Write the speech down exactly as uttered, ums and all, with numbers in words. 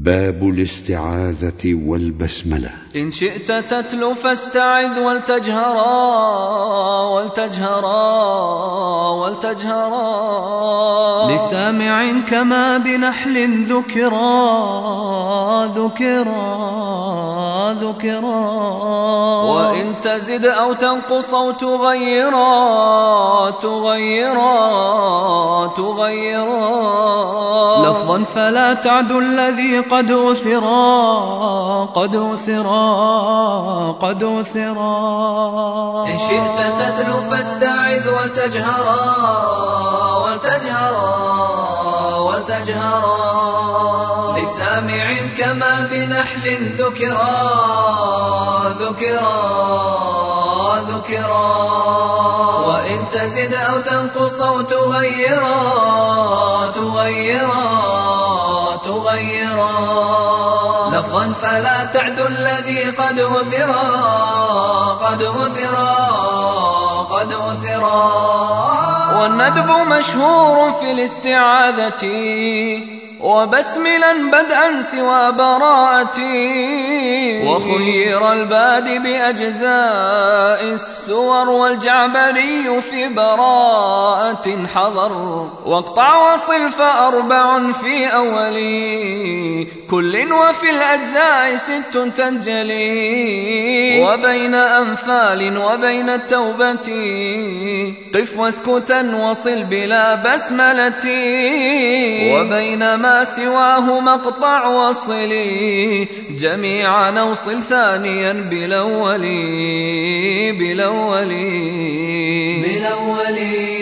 باب الاستعاذة والبسملة. إن شئت تتلو فاستعذ ولتجهرا ولتجهرا ولتجهرا لسامع كما بنحل ذكرا ذكرا ذكرا وإن تزد أو تنقص أو تغيرا تغيرا تغيرا لفظا فلا تعد الذي قد أثرا قد أثرا قد أثرا إن شئت تتلو فاستعذ ولتجهرا ولتجهرا ولتجهرا لسامع كما بنحل ذكرا ذكرا ذكرا وإن تزد أو تنقص أو تغيرا تغيرا تغيرا لفظا فلا تعد الذي قد أثرا قد أثرا قد أثرا والندب مشهور في الاستعاذة وبسملا بدءا سوى براءتي وخير البادي بأجزاء السور والجعبري في براءة حضر واقطع وصل فأربع في أولي كل وفي الأجزاء ست تنجلي وبين أنفال وبين التوبة قف واسكتا وصل بلا بسملة وبين ما سواه مقطع وصلي جميعا نوصل ثانيا بالأولي بالأولي بالأولي